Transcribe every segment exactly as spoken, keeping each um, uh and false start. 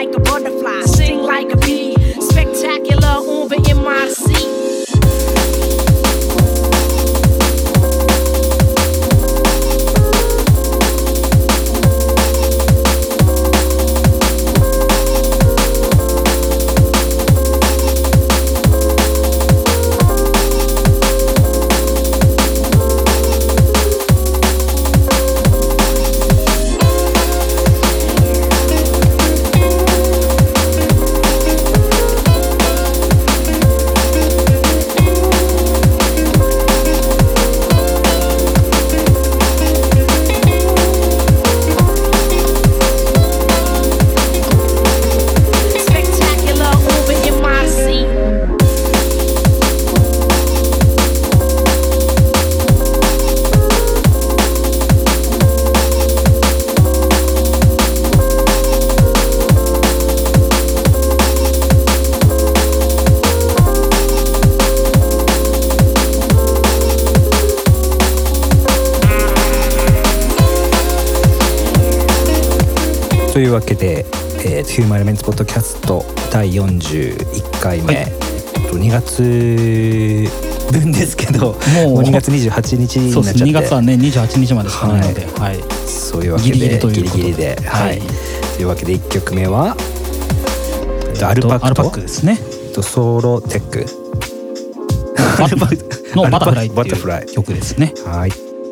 like a butterfly, sting like a bee, spectacular on the M I C. というわけで、えー、ヒューマンエレメンツポッドキャストだいよんじゅういっかいめ、はい、えっと、にがつぶんですけど、もうにがつにじゅうはちにちになっちゃって、そうです、 にがつはねにじゅうはちにちまでしかないので、はいはい、 そういうわけでギリギリということで、ギリギリで、はいはい、というわけでいっきょくめは、えっと、アルパクとアルパックですね、 ソロテックのバタフライっていう曲ですね。 はい。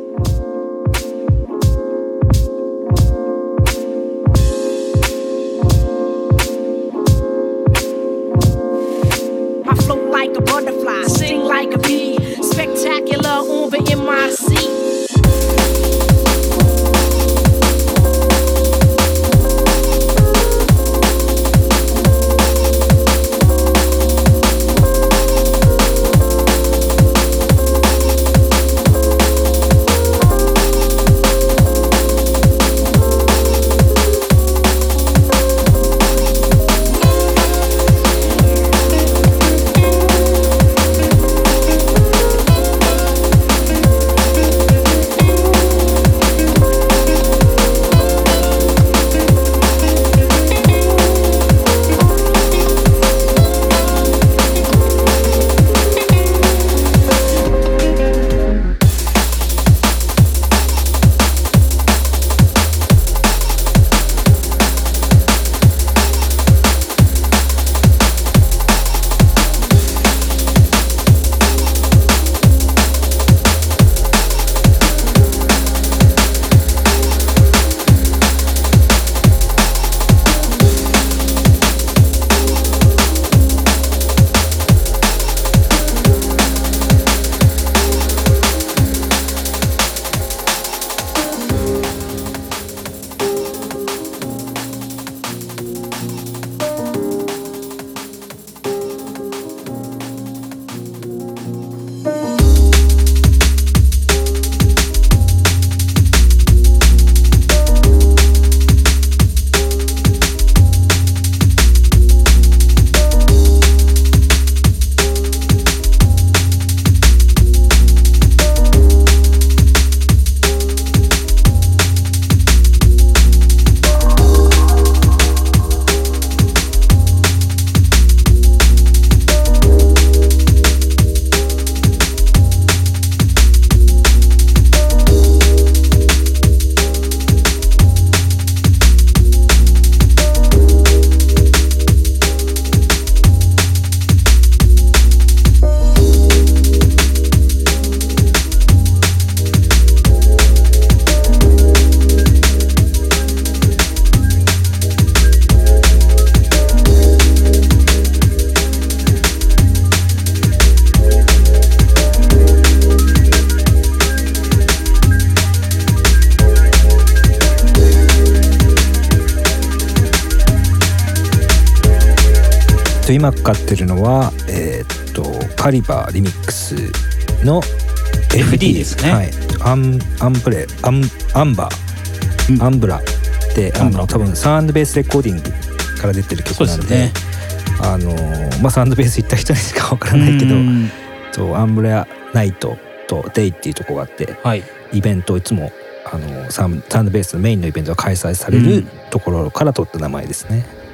今かかってるのは、えー、っとカリバーリミックスのエフディー ですね、 はい、アンアンブレアンアンバー、うん、アンブラってあの多分サウンドベースレコーディングから出てる曲なの で, で、ね、あのまあサウンドベース行った人にしかわからないけど、とアンブレアナイトとデイっていうところがあって、はい、イベントいつもあのサウンドベースのメインのイベントが開催されるところから取った名前ですね。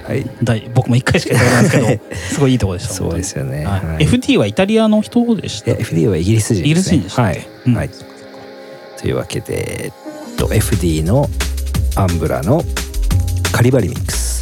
はい、 僕もいっかいしか行ったことないですけどすごいいいところでした。 そうですよね、 はいはい、エフディー はイタリアの人でした。 エフディー はイギリス人ですね。 イギリス人でした、ね、 はい、うんはい、というわけで、えっと、エフディー のアンブラのカリバリミックス。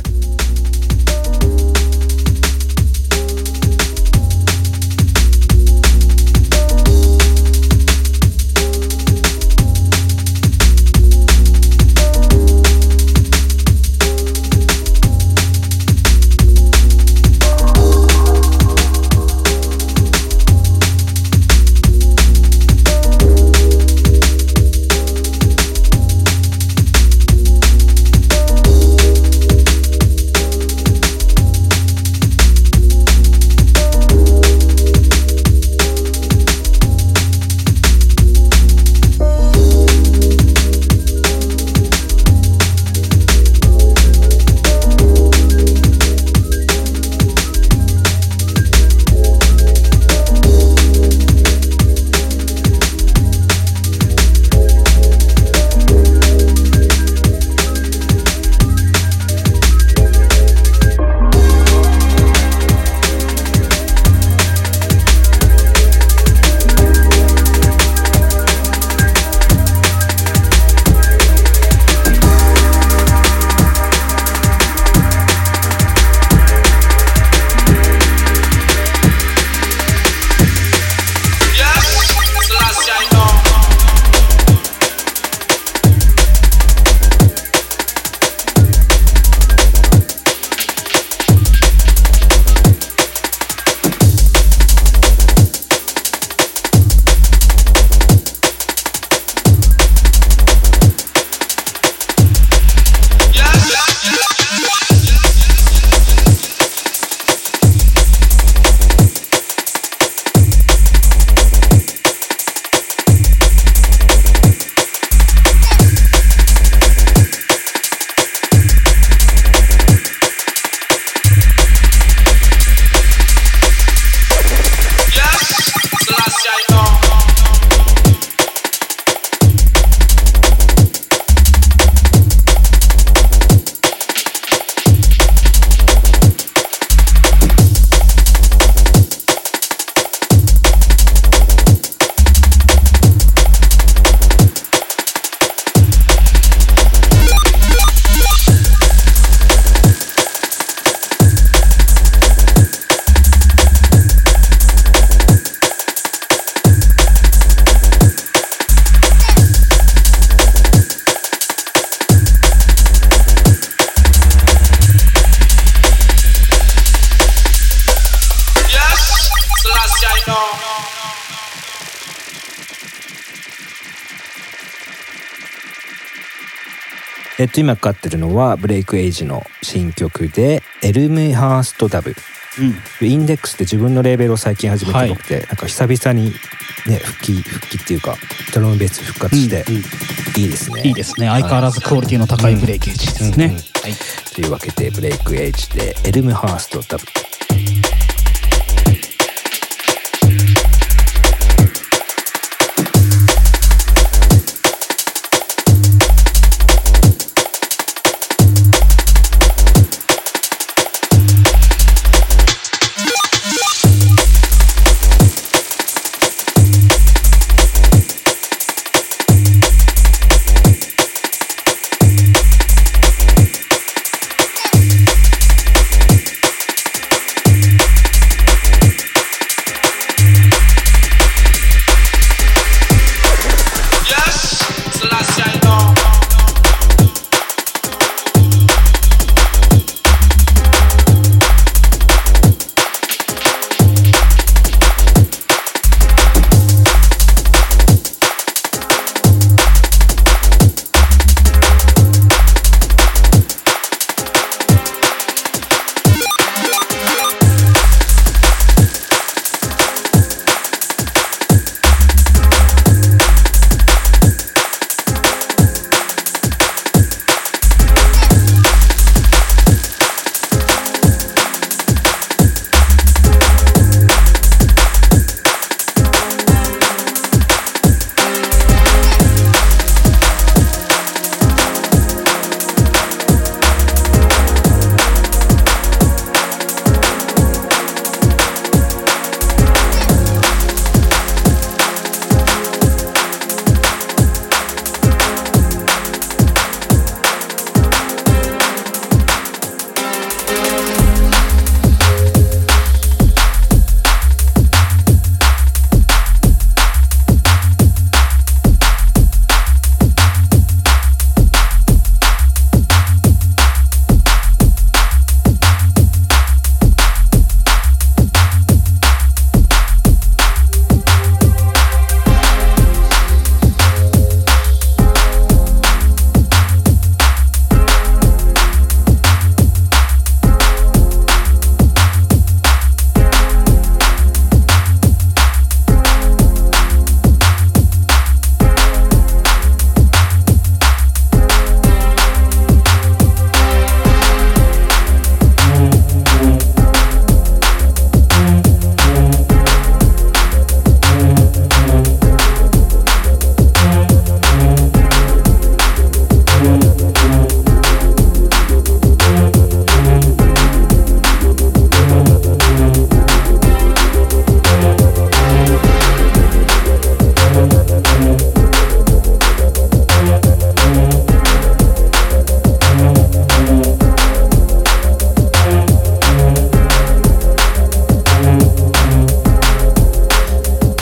えっと今かかってるのはブレイクエイジの新曲でエルムハーストダブ、うん、インデックスって自分のレーベルを最近始めて僕て、はい、なんか久々にね復帰復帰っていうかドラムベース復活して、うんうん、いいですね。 いいですね。相変わらずクオリティの高いブレイクエイジですね、うんうんうん、はい、 というわけでブレイクエイジでエルムハーストダブ。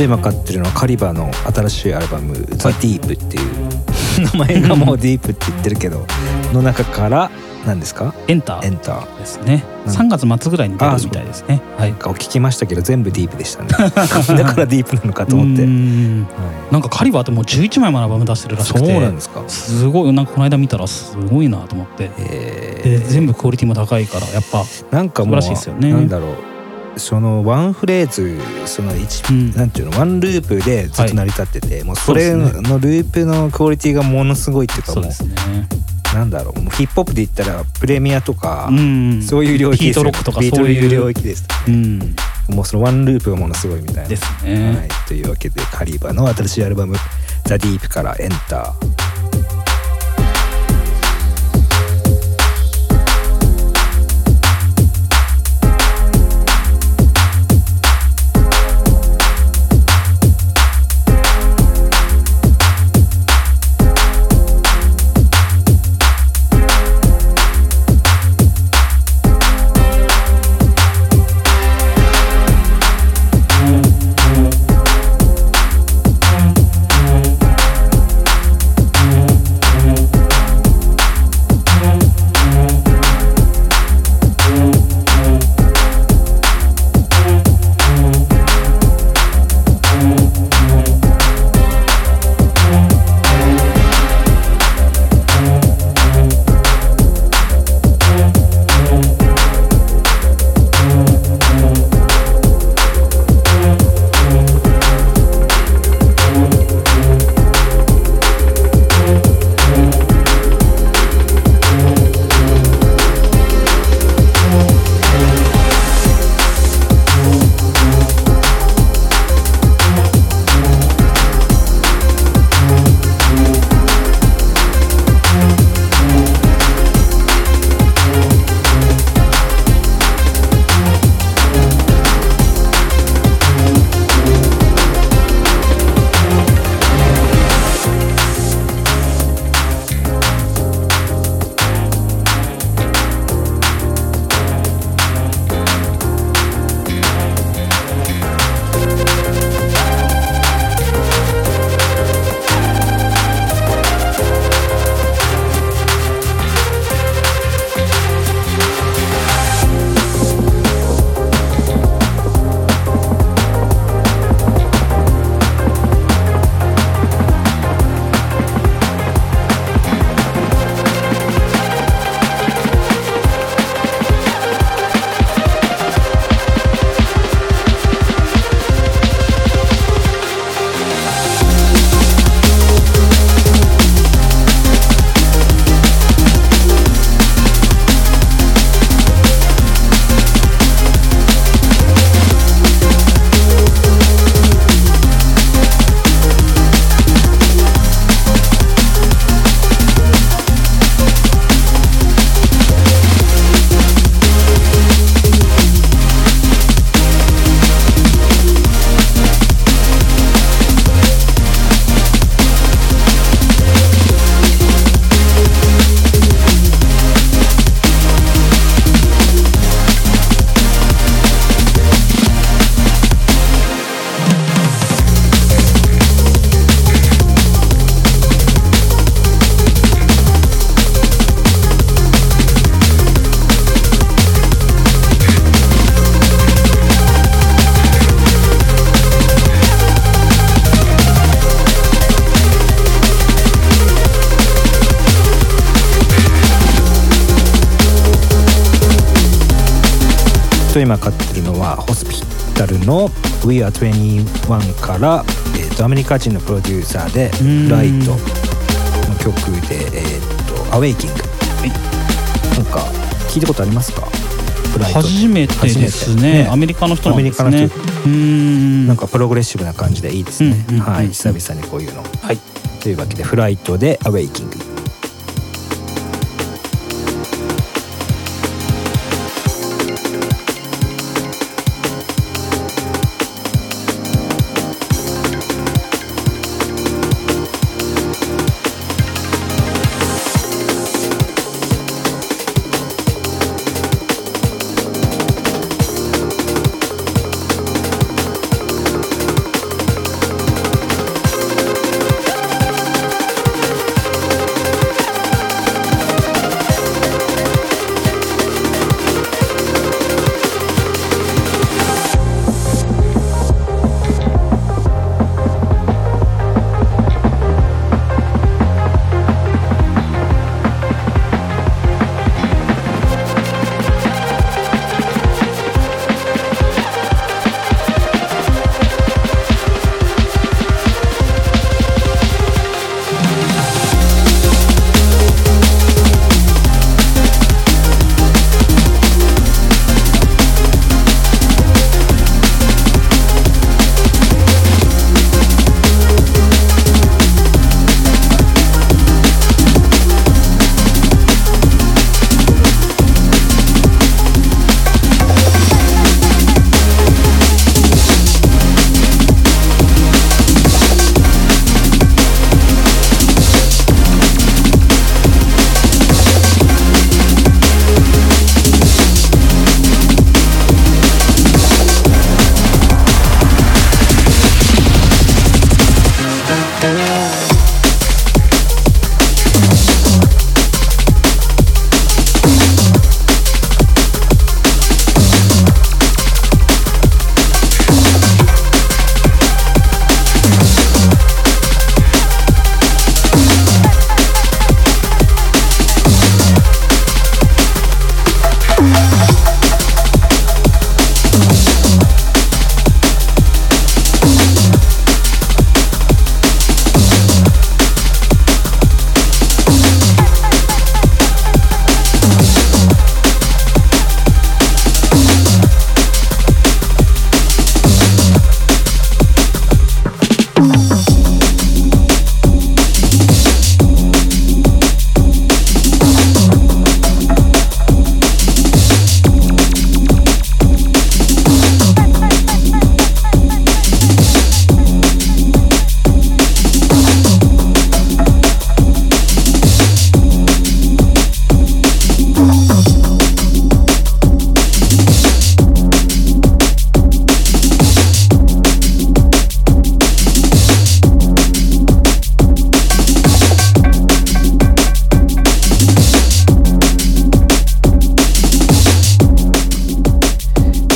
今買ってるのはカリバの新しいアルバム「ザ・ディープっていう名前がもうディープって言ってるけどの中から何ですか？ エンターエンターですね。さんがつ末ぐらいに出るみたいですね。はい。 なんかお聞きましたけど全部ディープでしたねだからディープなのかと思って。 うん、はい、なんかカリバーってもうじゅういちまいもアルバム出してるらしくて、 そうなんですか。 すごい、なんかこの間見たらすごいなと思って、えー、で全部クオリティも高いからやっぱなんかもう素晴らしいですよね。 なんだろう、そのワンフレーズ、その一、うん、なんていうの、ワンループでずっと成り立ってて、はい、もうそれのループのクオリティがものすごいっていうか、もうそうですね、なんだろう、もうヒップホップで言ったらプレミアとか、うん、そういう領域ですよね。ビートロックとかそういう領域です、ね、うん、もうそのワンループがものすごいみたいなですね、 はい、というわけでカリバの新しいアルバム「ザ・ディープから「エンター」。と今買ってるのはホスピタルの We Are にじゅういち から、えー、とアメリカ人のプロデューサーでライトの曲で、えー、とアウェイキング、はい、なんか聞いたことありますか？ 初めてですね。アメリカの人なんですね。アメリカの人。うーん、 なんかプログレッシブな感じでいいですね、うんうんうん、はい、久々にこういうの、はい、というわけでフライトでアウェイキング。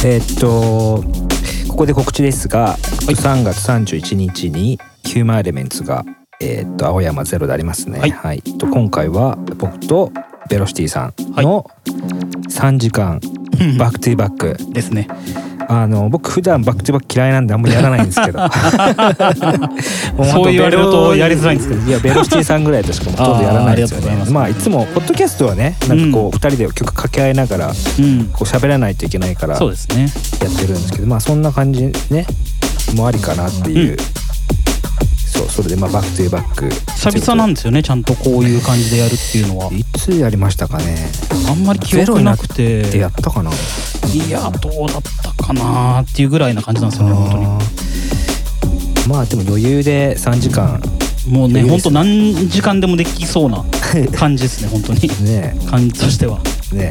えー、っとここで告知ですが、はい、さんがつさんじゅういちにちにヒューマンエレメンツが、えー、っと青山ゼロでありますね。はい、はい、と今回は僕とベロシティさんのさんじかんバックトゥバックですね。 あの僕普段バックトゥバック嫌いなんであんまりやらないんですけどそう言われるとやりづらいんですけど、 いやベロシティさんぐらいとしかほとんどやらないですよね。いまあいつもポッドキャストはね、なんかこうふたりで曲掛け合いながらこう喋らないといけないからやってるんですけど、まあそんな感じねもありかなっていう、うん、そうそれでまあバックトゥバック久々なんですよね、ちゃんとこういう感じでやるっていうのは。 いつやりましたかね。 あんまり記憶なくて。 ゼロになってやったかな。 いやどうだったかなっていうぐらいな感じなんですよね本当に。 まあでも余裕でさんじかんもうね本当何時間でもできそうな感じですね本当にね感じとしてはね。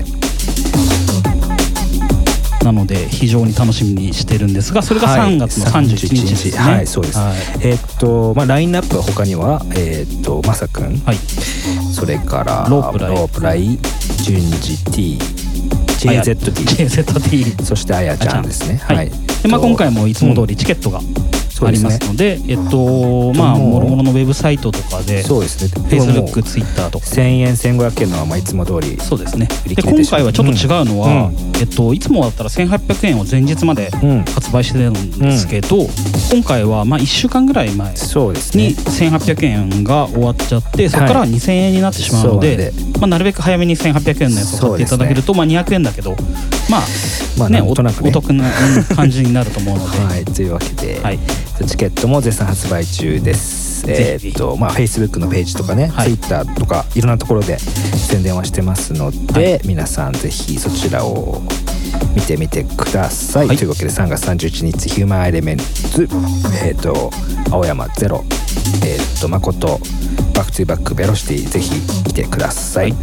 なので非常に楽しみにしてるんですが、それがさんがつのさんじゅういちにちですね。 はい、はい、そうです。はい、えー、っとまあラインナップは他にはえー、っとまさくん、はい、それからロープライ、 ロープライ、順次 T、ジェイゼットティー、 ジェイゼットティー、 そしてあやちゃんですね。 はい。はい、でまあ今回もいつも通りチケットが、うんありますので、えっとまあもろもろのウェブサイトとかで、 そうですね。 Facebook、Twitter とかせんえん、せんごひゃくえんのはまあいつも通り。 そうですね。で今回はちょっと違うのは、うん、えっといつもだったらせんはっぴゃくえんを前日まで発売してるんですけど、うん、今回はまあいっしゅうかんぐらい前にせんはっぴゃくえんが終わっちゃって、そこからはにせんえんになってしまうので、はい、まあなるべく早めにせんはっぴゃくえんのやつを買っていただけると、まあにひゃくえんだけど、まあまあねお得な感じになると思うので。 はい。というわけで、はい、チケットも絶賛発売中です。えー、っとまあ Facebook のページとかね、はい、Twitter とかいろんなところで宣伝はしてますので、はい、皆さんぜひそちらを見てみてください。はい、というわけでさんがつさんじゅういちにちヒューマンエレメンツ、えー、っと青山ゼロ、えー、っと誠バックトゥバックベロシティぜひ来てください。はい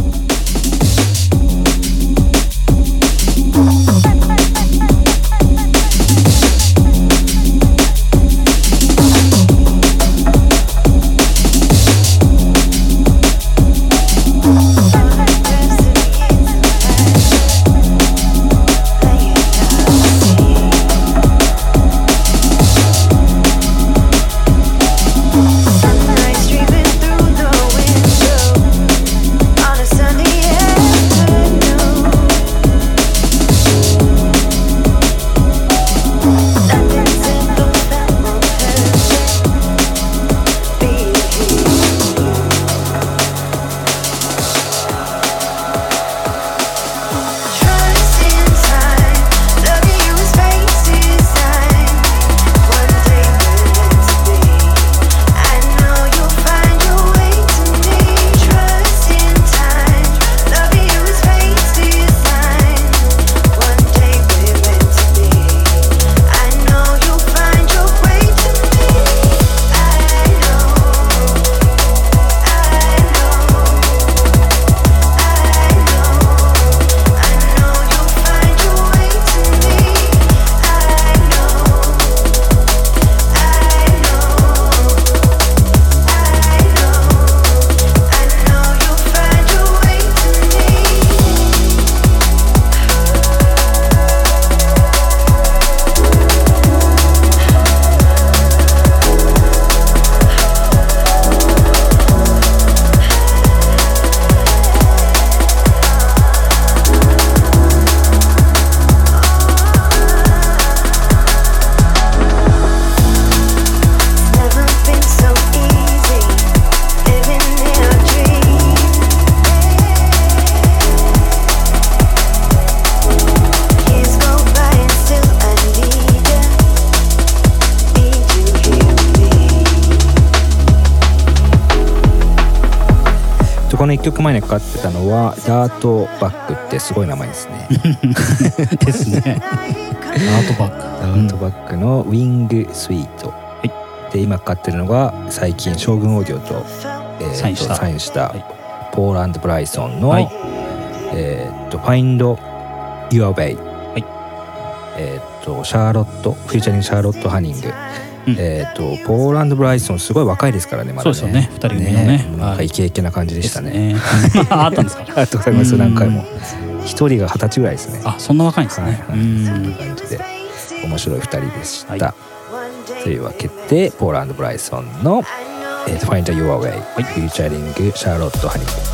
このいっきょくまえにかかってたのはダートバックってすごい名前ですねですね。ダートバックダートバックのウィングスイート、はい、で今かかってるのが最近将軍オーディオと、えー、サインした、サインした、はい、ポール&ブライソンの、はい、えー、っと Find Your Way、はい、えー、っとシャーロットフューチャリングシャーロット・ハニング、うん、えー、とポール&ブライソンすごい若いですからね、まだね。そうですよね、ふたり組のね、なんかイケイケな感じでしたね。 ねあったんですか。 ありがとうございます。何回も一人が二十歳ぐらいですね。 あ、そんな若いんですね。 はいはい、そんな感じで面白いふたりでした、はい、というわけでポール&ブライソンの、えー、Find Your Way、はい、フューチャリングシャーロット・ハニー。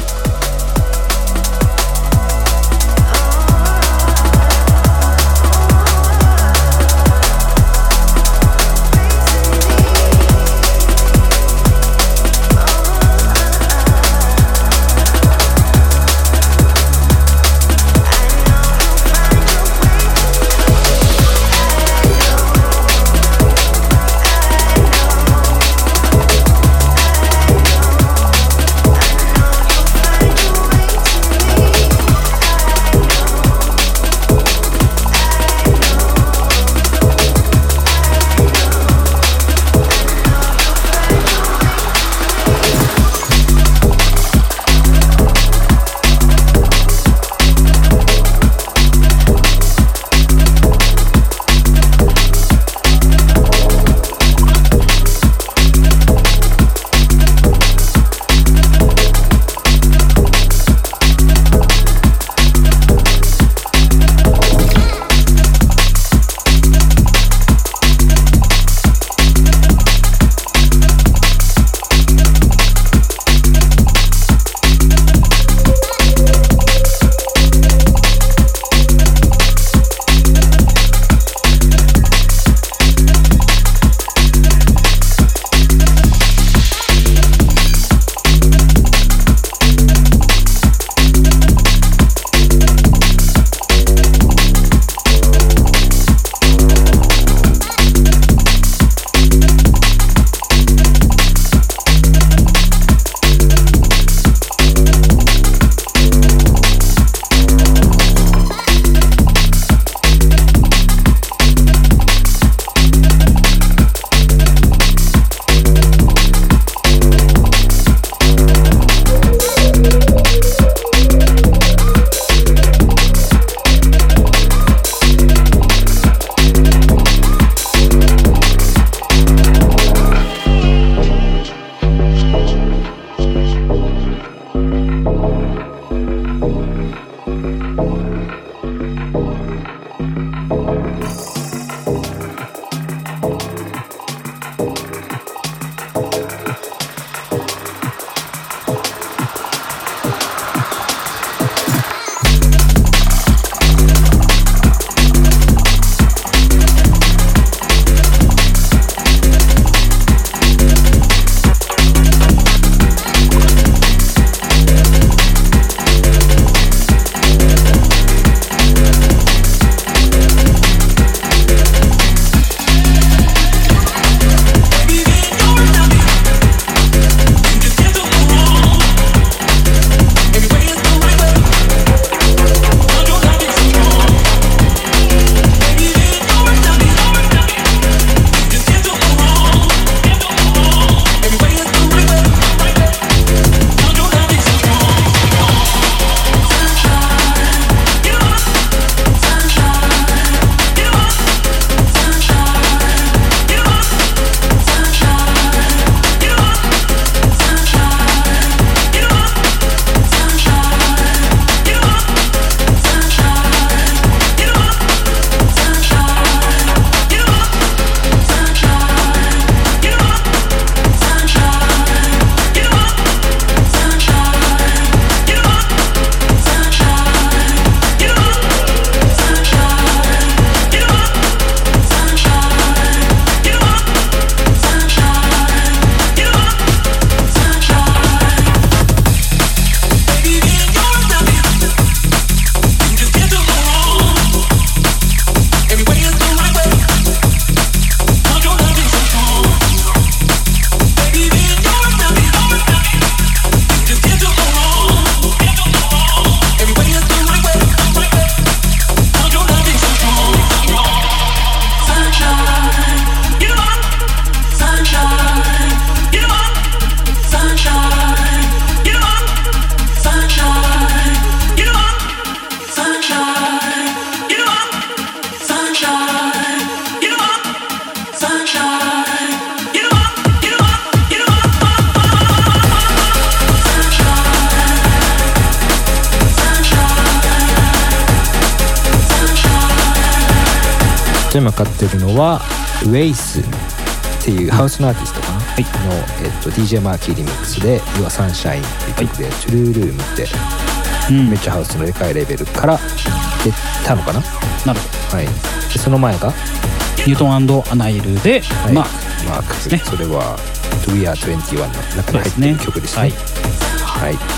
今かかってるのはウェイスっていうハウスのアーティストかな、はい、の、えっと、ディージェー マーキーリミックスで「Your Sunshine」っていう曲で、はい、トゥルールームって、うん、めっちゃハウスのでかいレベルから出たのかな。 なるほど、 はい、でその前がニュートン&アナイルで、はい、マークマークですね。それは「We Are にじゅういち」の中に入っている曲ですね。はい、はい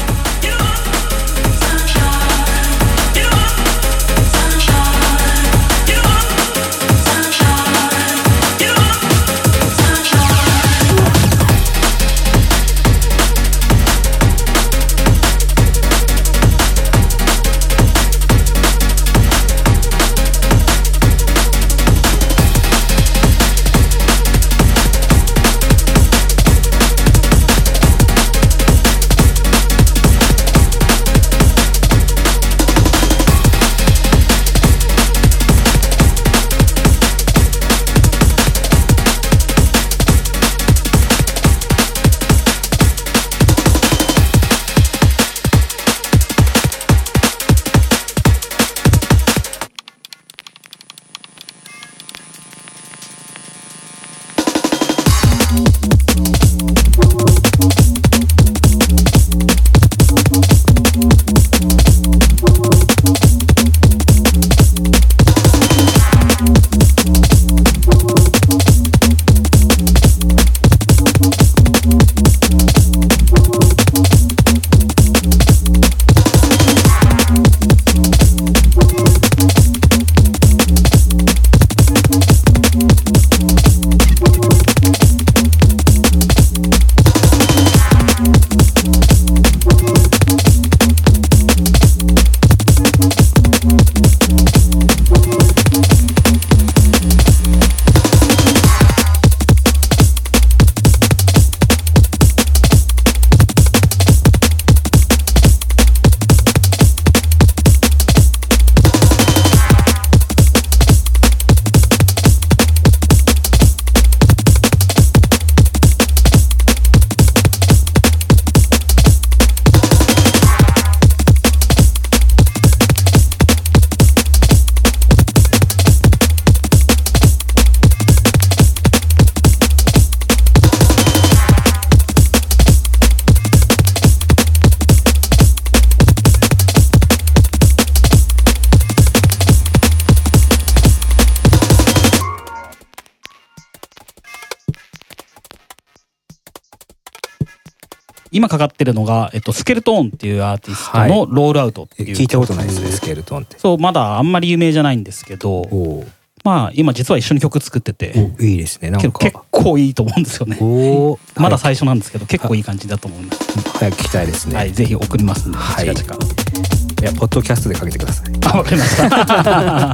今かかってるのが、えっと、スケルトーンっていうアーティストのロールアウトっていう、はい、 聞いたことないですね、スケルトーンって。 そう、まだあんまり有名じゃないんですけど、まあ今実は一緒に曲作ってて、 いいですね。なんか結構いいと思うんですよね。まだ最初なんですけど、結構いい感じだと思います。 早く聞きたいですね。 はい、ぜひ送りますんで、 はい、近々。いや、ポッドキャストでかけてください。 あ、わかりました。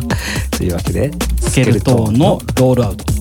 というわけで、 スケルトーンのロールアウト。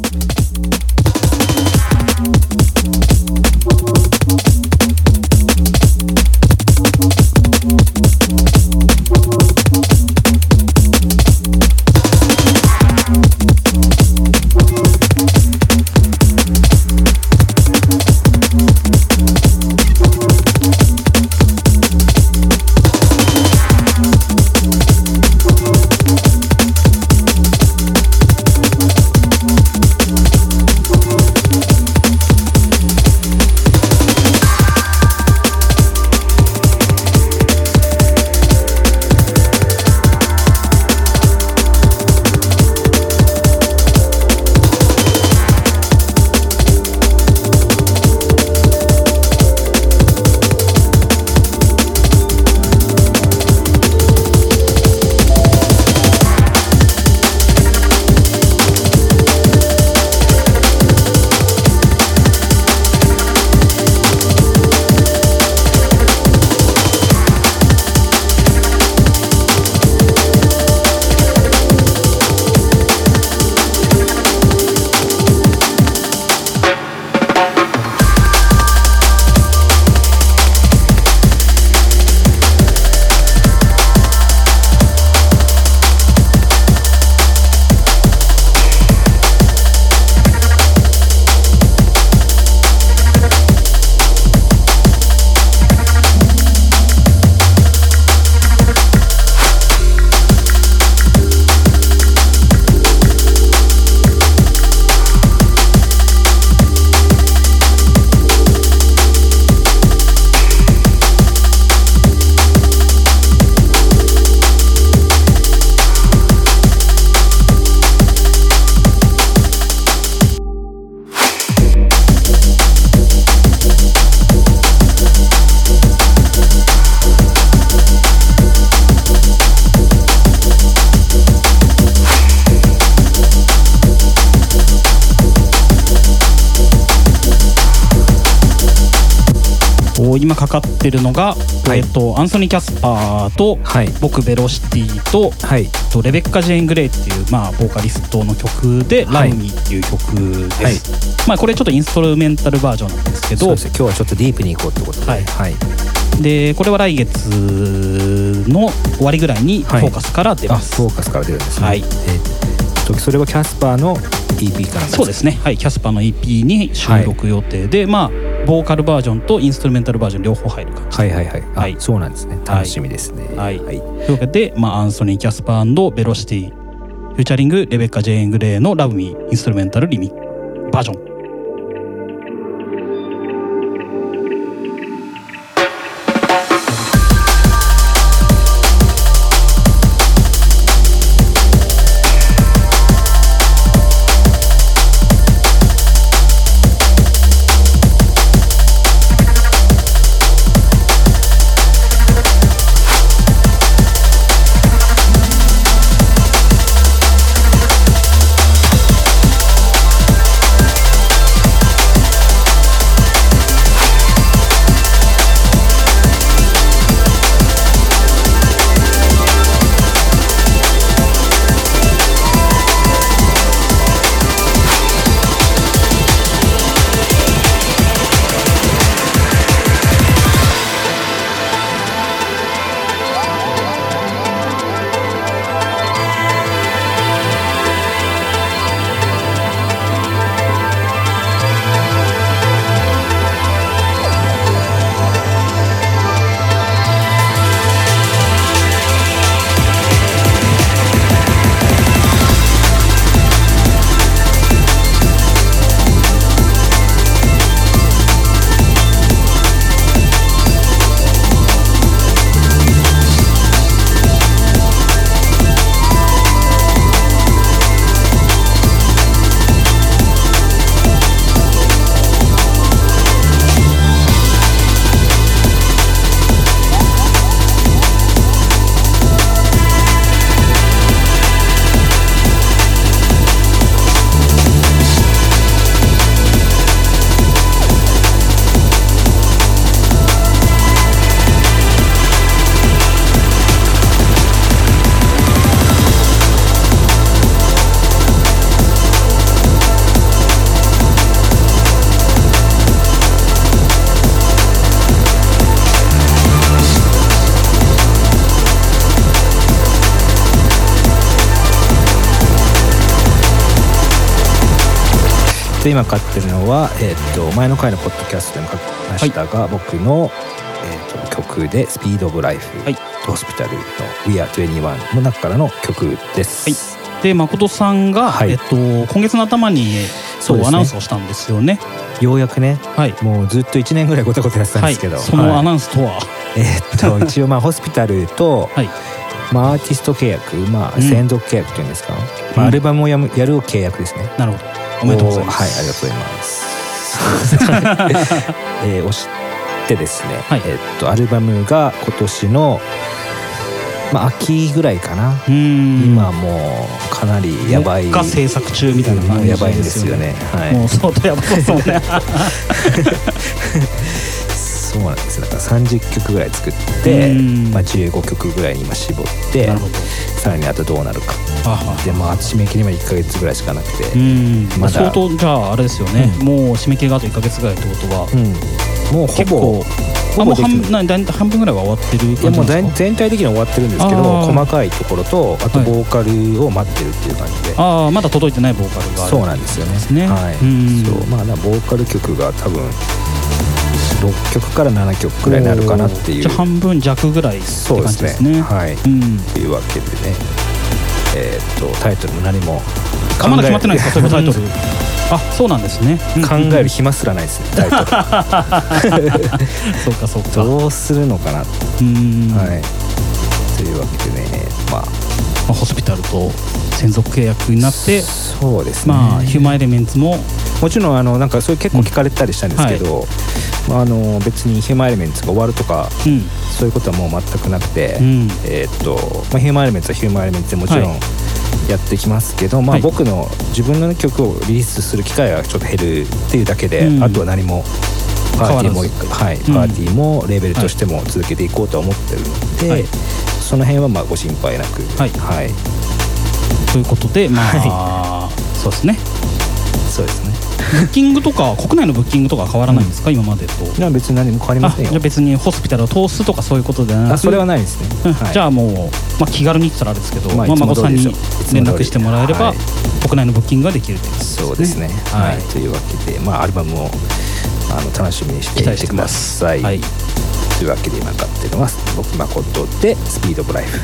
と今かかってるのが、はい、えっとアンソニー・キャスパーと、はい、僕ベロシティと、はい、とレベッカ・ジェーン・グレイっていう、まあ、ボーカリストの曲で「ラブミーっていう曲です、はい、まあ、これちょっとインストルメンタルバージョンなんですけど、そうですね、 今日はちょっとディープにいこうってことで、はいはい、 でこれは来月の終わりぐらいにフォーカスから出ます、 はい、あフォーカスから出るんですね、はい、えー、それはキャスパーの イーピー からなんですか？ そうですね、はい、キャスパーの イーピー に収録予定で、はい、まあボーカルバージョンとインストルメンタルバージョン両方入る感じで、 はいはいはい、はい、そうなんですね、楽しみですね、 はいはい、というわけで、まあ、アンソニー・キャスパー&ベロシティフューチャリングレベッカ・ジェーン・グレイのラブミーインストルメンタルリミバージョン。 で今買ってるのは、えー、と前の回のポッドキャストでも書きましたが、はい、僕の、えー、と曲で「スピード・オブ・ライフ」はい、ホスピタルの「We Are にじゅういち」の中からの曲です、 はい、で誠さんが、はい、えー、と今月の頭にそう、ね、アナウンスをしたんですよね。 ようやくね、はい、もうずっといちねんぐらいごたごたやってたんですけど、 はい、そのアナウンスとは、はい、 えー、っと一応まあホスピタルと、はい、まあ、アーティスト契約、まあ、専属契約というんですか、うん、まあ、アルバムをやむやる契約ですね。 なるほど、おめでとうございます。 はい、ありがとうございます。えー、押してですね、はい、えー、っとアルバムが今年の、まあ、秋ぐらいかな。うん、今もうかなりやばい。 が制作中みたいな感じですよね。 やばいんですよね。はい、 もう相当やばそうですもんね。 そうなんです。だからさんじゅっきょくぐらい作って、まあ、じゅうごきょくぐらいに今絞って、なるほど、さらにあとどうなるか。でまあ締め切りまでいっかげつぐらいしかなくて、うん、 まだ相当じゃああれですよね、うん、もう締め切りがあといっかげつぐらいってことは、うん、 もうほぼあもう 半, な半分ぐらいは終わってる感じですか？いやもう全体的には終わってるんですけど、細かいところとあとボーカルを待ってるっていう感じで、 はい、ああまだ届いてないボーカルがある。 そうなんですよね。はい、うん、そう、まあボーカル曲が多分ろっきょくからななきょくくらいになるかなっていう。 じゃあ半分弱ぐらいって感じですね。 はい、うん、というわけでね、えー、っとタイトルも何もあまだ決まってないですか？そういえばタイトルあ、そうなんですね。 考える暇すらないですね、タイトル。 そうかそうか。 どうするのかな。うん、はい。というわけでね、まあ、まあ、ホスピタルと専属契約になって、 そうですね。 まあヒューマンエレメンツももちろんあのなんかそれ結構聞かれたりしたんですけど、うん、はい、あの別にヒューマンエレメンツが終わるとか、うん、そういうことはもう全くなくて、うん、えー、っとまあヒューマンエレメンツはヒューマンエレメンツでもちろん、はい、やってきますけど、まあ、僕の自分の曲をリリースする機会はちょっと減るっていうだけで、うん、あとは何もパーティーも、はい、パーティーもレーベルとしても続けていこうと思ってるので、はい、その辺はまあご心配なく、 はいはい、ということでまあ、はい、そうですねそうですねブッキングとか国内のブッキングとか変わらないんですか、うん、今までと。 いや別に何も変わりませんよ。 じゃあ別にホスピタルを通すとかそういうことではなく、 あそれはないですね、 はい、じゃあもう、まあ、気軽に言ったらあれですけど、まあ、孫さんに連絡してもらえれば、はい、国内のブッキングができるということですね。 そうですね、はいはい、というわけで、まあ、アルバムをあの楽しみにしていてください、はい、というわけで今かっていうのは僕誠でスピードオブライフ。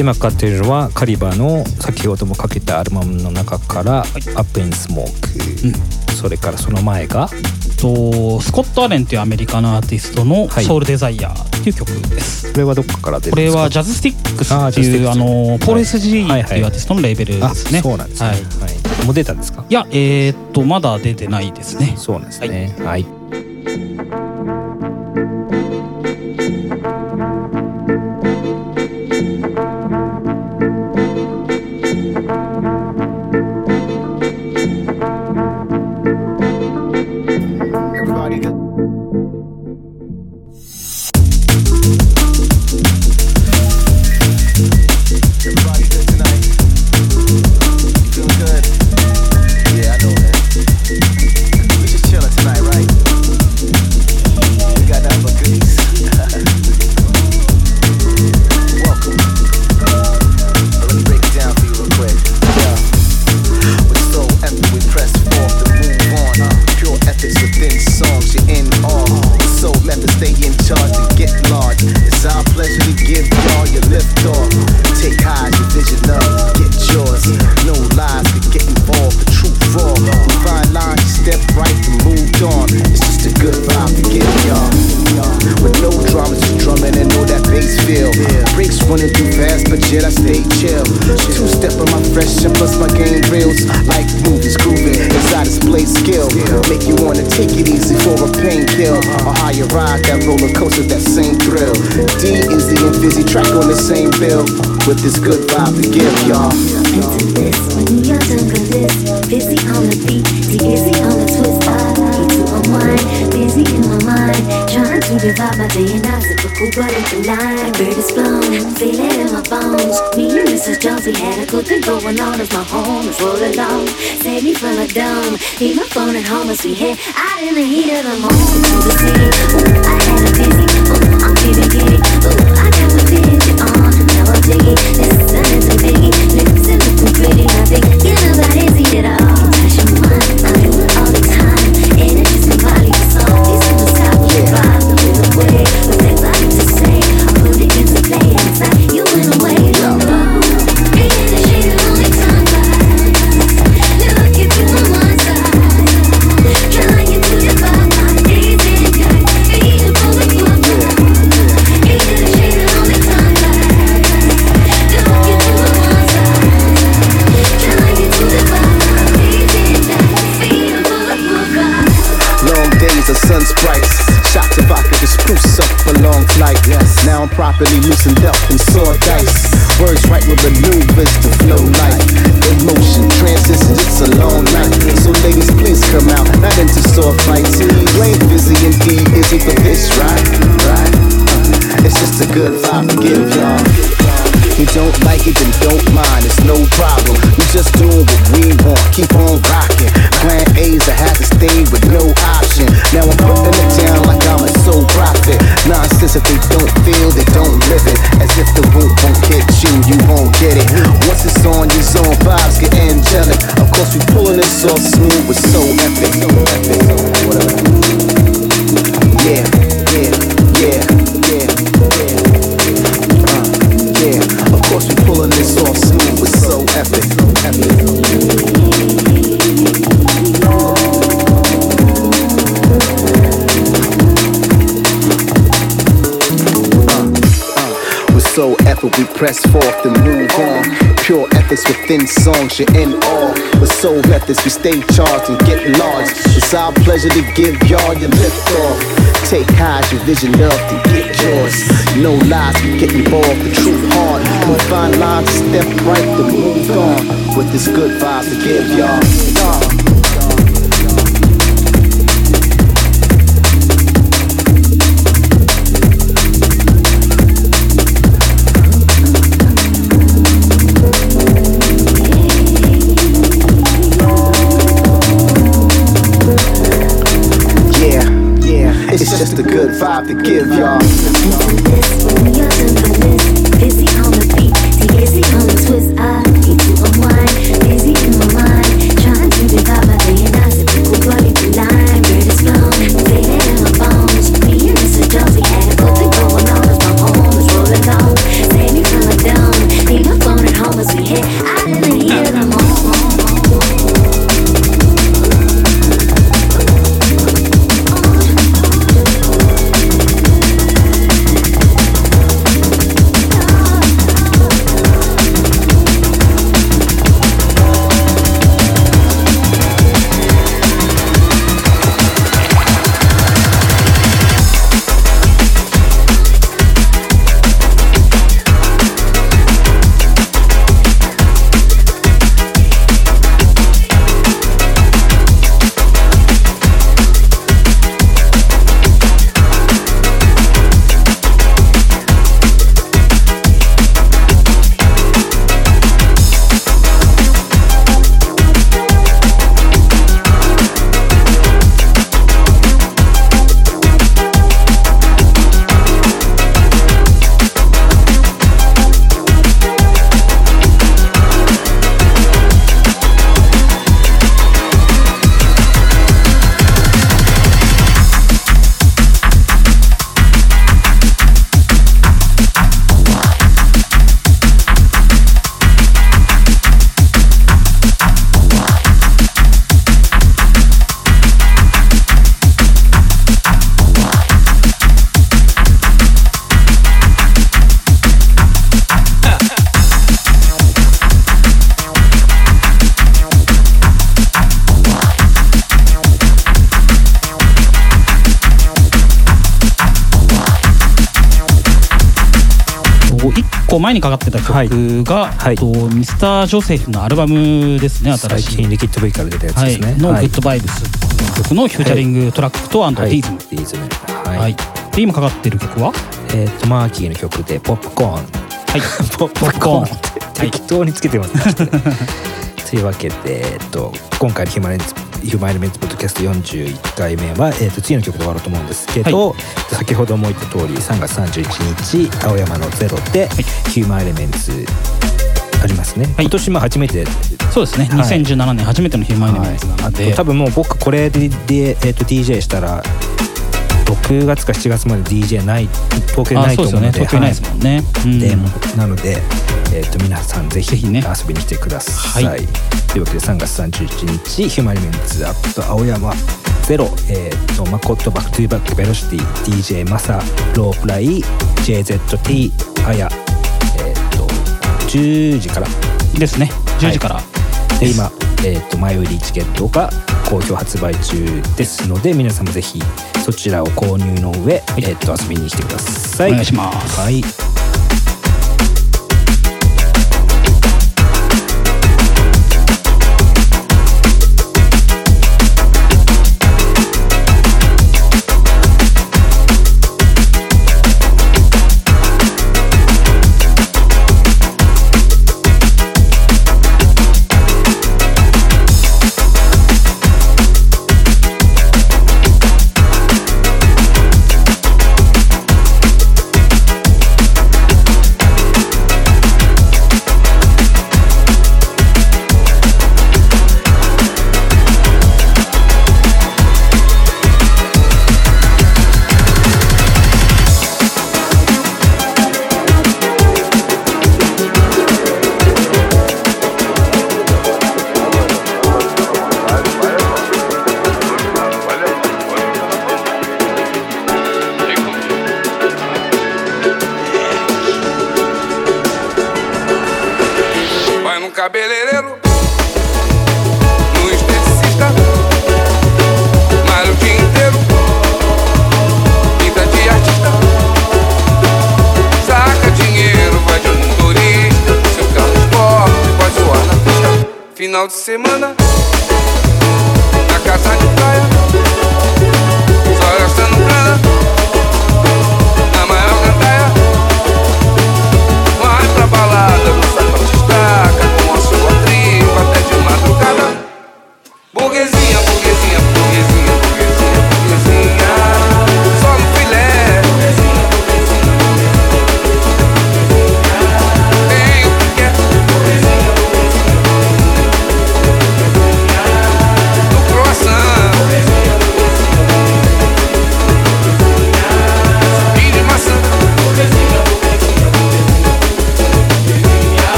で今かかっているのはカリバの先ほどもかけたアルバムの中から「アップ・イン・スモーク」うん、それからその前がとスコット・アレンというアメリカのアーティストの「ソウル・デザイア」っていう曲です。 これはどこから出るんですか？ これはジャズスティックスっていうあのポール エスジー っていうアーティストのレーベルですね。 そうなんですね。はいはい、もう出たんですか？ いや、えー、っとまだ出てないですね。 そうなんですね。はい、はい。 With this good vibe to give y'all. Into this, when you're done with this, busy on the beat, T-Izzy on the twist. I need to unwind, busy in my mind, trying to divide my day and night. Typical but it's a line, bird is blown, feel it in my bones. Me and Missus Jones, we had a good thing going on as my home is rolling along. Save me from a dome, leave my phone at home as we head out in the heat of the moment to the city. Ooh, I had a busy, ooh, I'm feeling giddy. Ooh, I got my vision on, now I'm digging. Listening to Biggie, lips and looking pretty. I think you know that easy at all. Touch your mind, I do it all the time. Energy's my body, it's all these in the top. You vibe the way, the way, with things I need to say. I put it into play, and it's like you went away. Hey, the shade of only time flies. Look if you on one side, trying to divide my days and nights. Feeling for the good. Hey, the shade of only time flies. The sun sprites, shots of vodka to spruce up a long flight. Yes. Now I'm properly loosened up and saw dice. Words right with maneuvers to flow like emotion, transition, it's a long night. So ladies, please come out, not into soft fights. Blame Busy and D-Izzy for this, right? Right? Uh, it's just a good vibe to give y'all. You don't like it, then don't mind, it's no problem. We just doing what we want, keep on rocking. Plan A's, I had to stay with no option. Now I'm putting it down like I'm a soul prophet. Nonsense if they don't feel, they don't live it. As if the root won't hit you, you won't get it. Once it's on, your zone vibes get angelic. Of course we pulling this off smooth with so epic. So epic, whatever. Yeah, yeah, yeah, yeah, yeah. Uh, yeah. Of course we pulling this off smooth with so epic, so epic. So effort, we press forth and move on. Pure ethics within songs, you're in awe. With soul methods, we stay charged and get large. It's our pleasure to give y'all your lift off. Take high, your vision up to get yours. No lies, we get involved, the truth hard. We find lines to step right to move on. With this good vibe to give y'all. It's just a good vibe to give y'all. Into this, when you're done with this, busy on the beat, T-Izzy on the twist. I need to unwind, busy in my mind, trying to divide my day and night. Typical bloody line, bird is blown, feel it in my bones. Me and Missus Jones, we had a good thing going on as my home is rolling on. Save me from a dome, leave 構前にかかってた曲が、はい、とミスタージョセフのアルバムですね、新しい最近リキッド V から出たやつですね、 はい、のグッドバイブスっていう曲のフューチャリングトラックと、はい、ディーズム、 ディーズム、 はいはい、で今かかってる曲はえっとマーキーの曲でポップコーン、はいポップコーン適当につけてますねというわけで、えっと、今回のヒューマンエレメンツポッドキャストよんじゅういっかいめは、えっと、次の曲で終わろうと思うんですけど、はい、先ほども言った通りさんがつさんじゅういちにち青山のゼロで、はい、ヒューマンエレメンツありますね、はい、今年も初めてそうですね、はい、にせんじゅうななねん初めてのヒューマンエレメンツなので、はい、 多分もう僕これで、でえっと、ディージェー したらろくがつかしちがつまで ディージェー ない東京ないと思うので、 東京ないですもんね、 はい、でなので、えー、と皆さんぜひね遊びに来てください、はい、というわけでさんがつさんじゅういちにちヒューマンエレメンツアップ青山ゼロ、えー、とマコットバックトゥーバックベロシティ ディージェー マサロープライ ジェイゼットティー あや、えー、とじゅうじからですね、じゅうじから、はい、 で今、えー、と前売りチケットが好評発売中ですので、皆さんもぜひそちらを購入の上、はい、えー、と遊びに来てください。 お願いします。 はい。 Cabeleireiro, no esteticista, malha o dia inteiro, pinta de artista, saca dinheiro, vai de motorista, seu carro esporte, pode voar na pista, final de semana,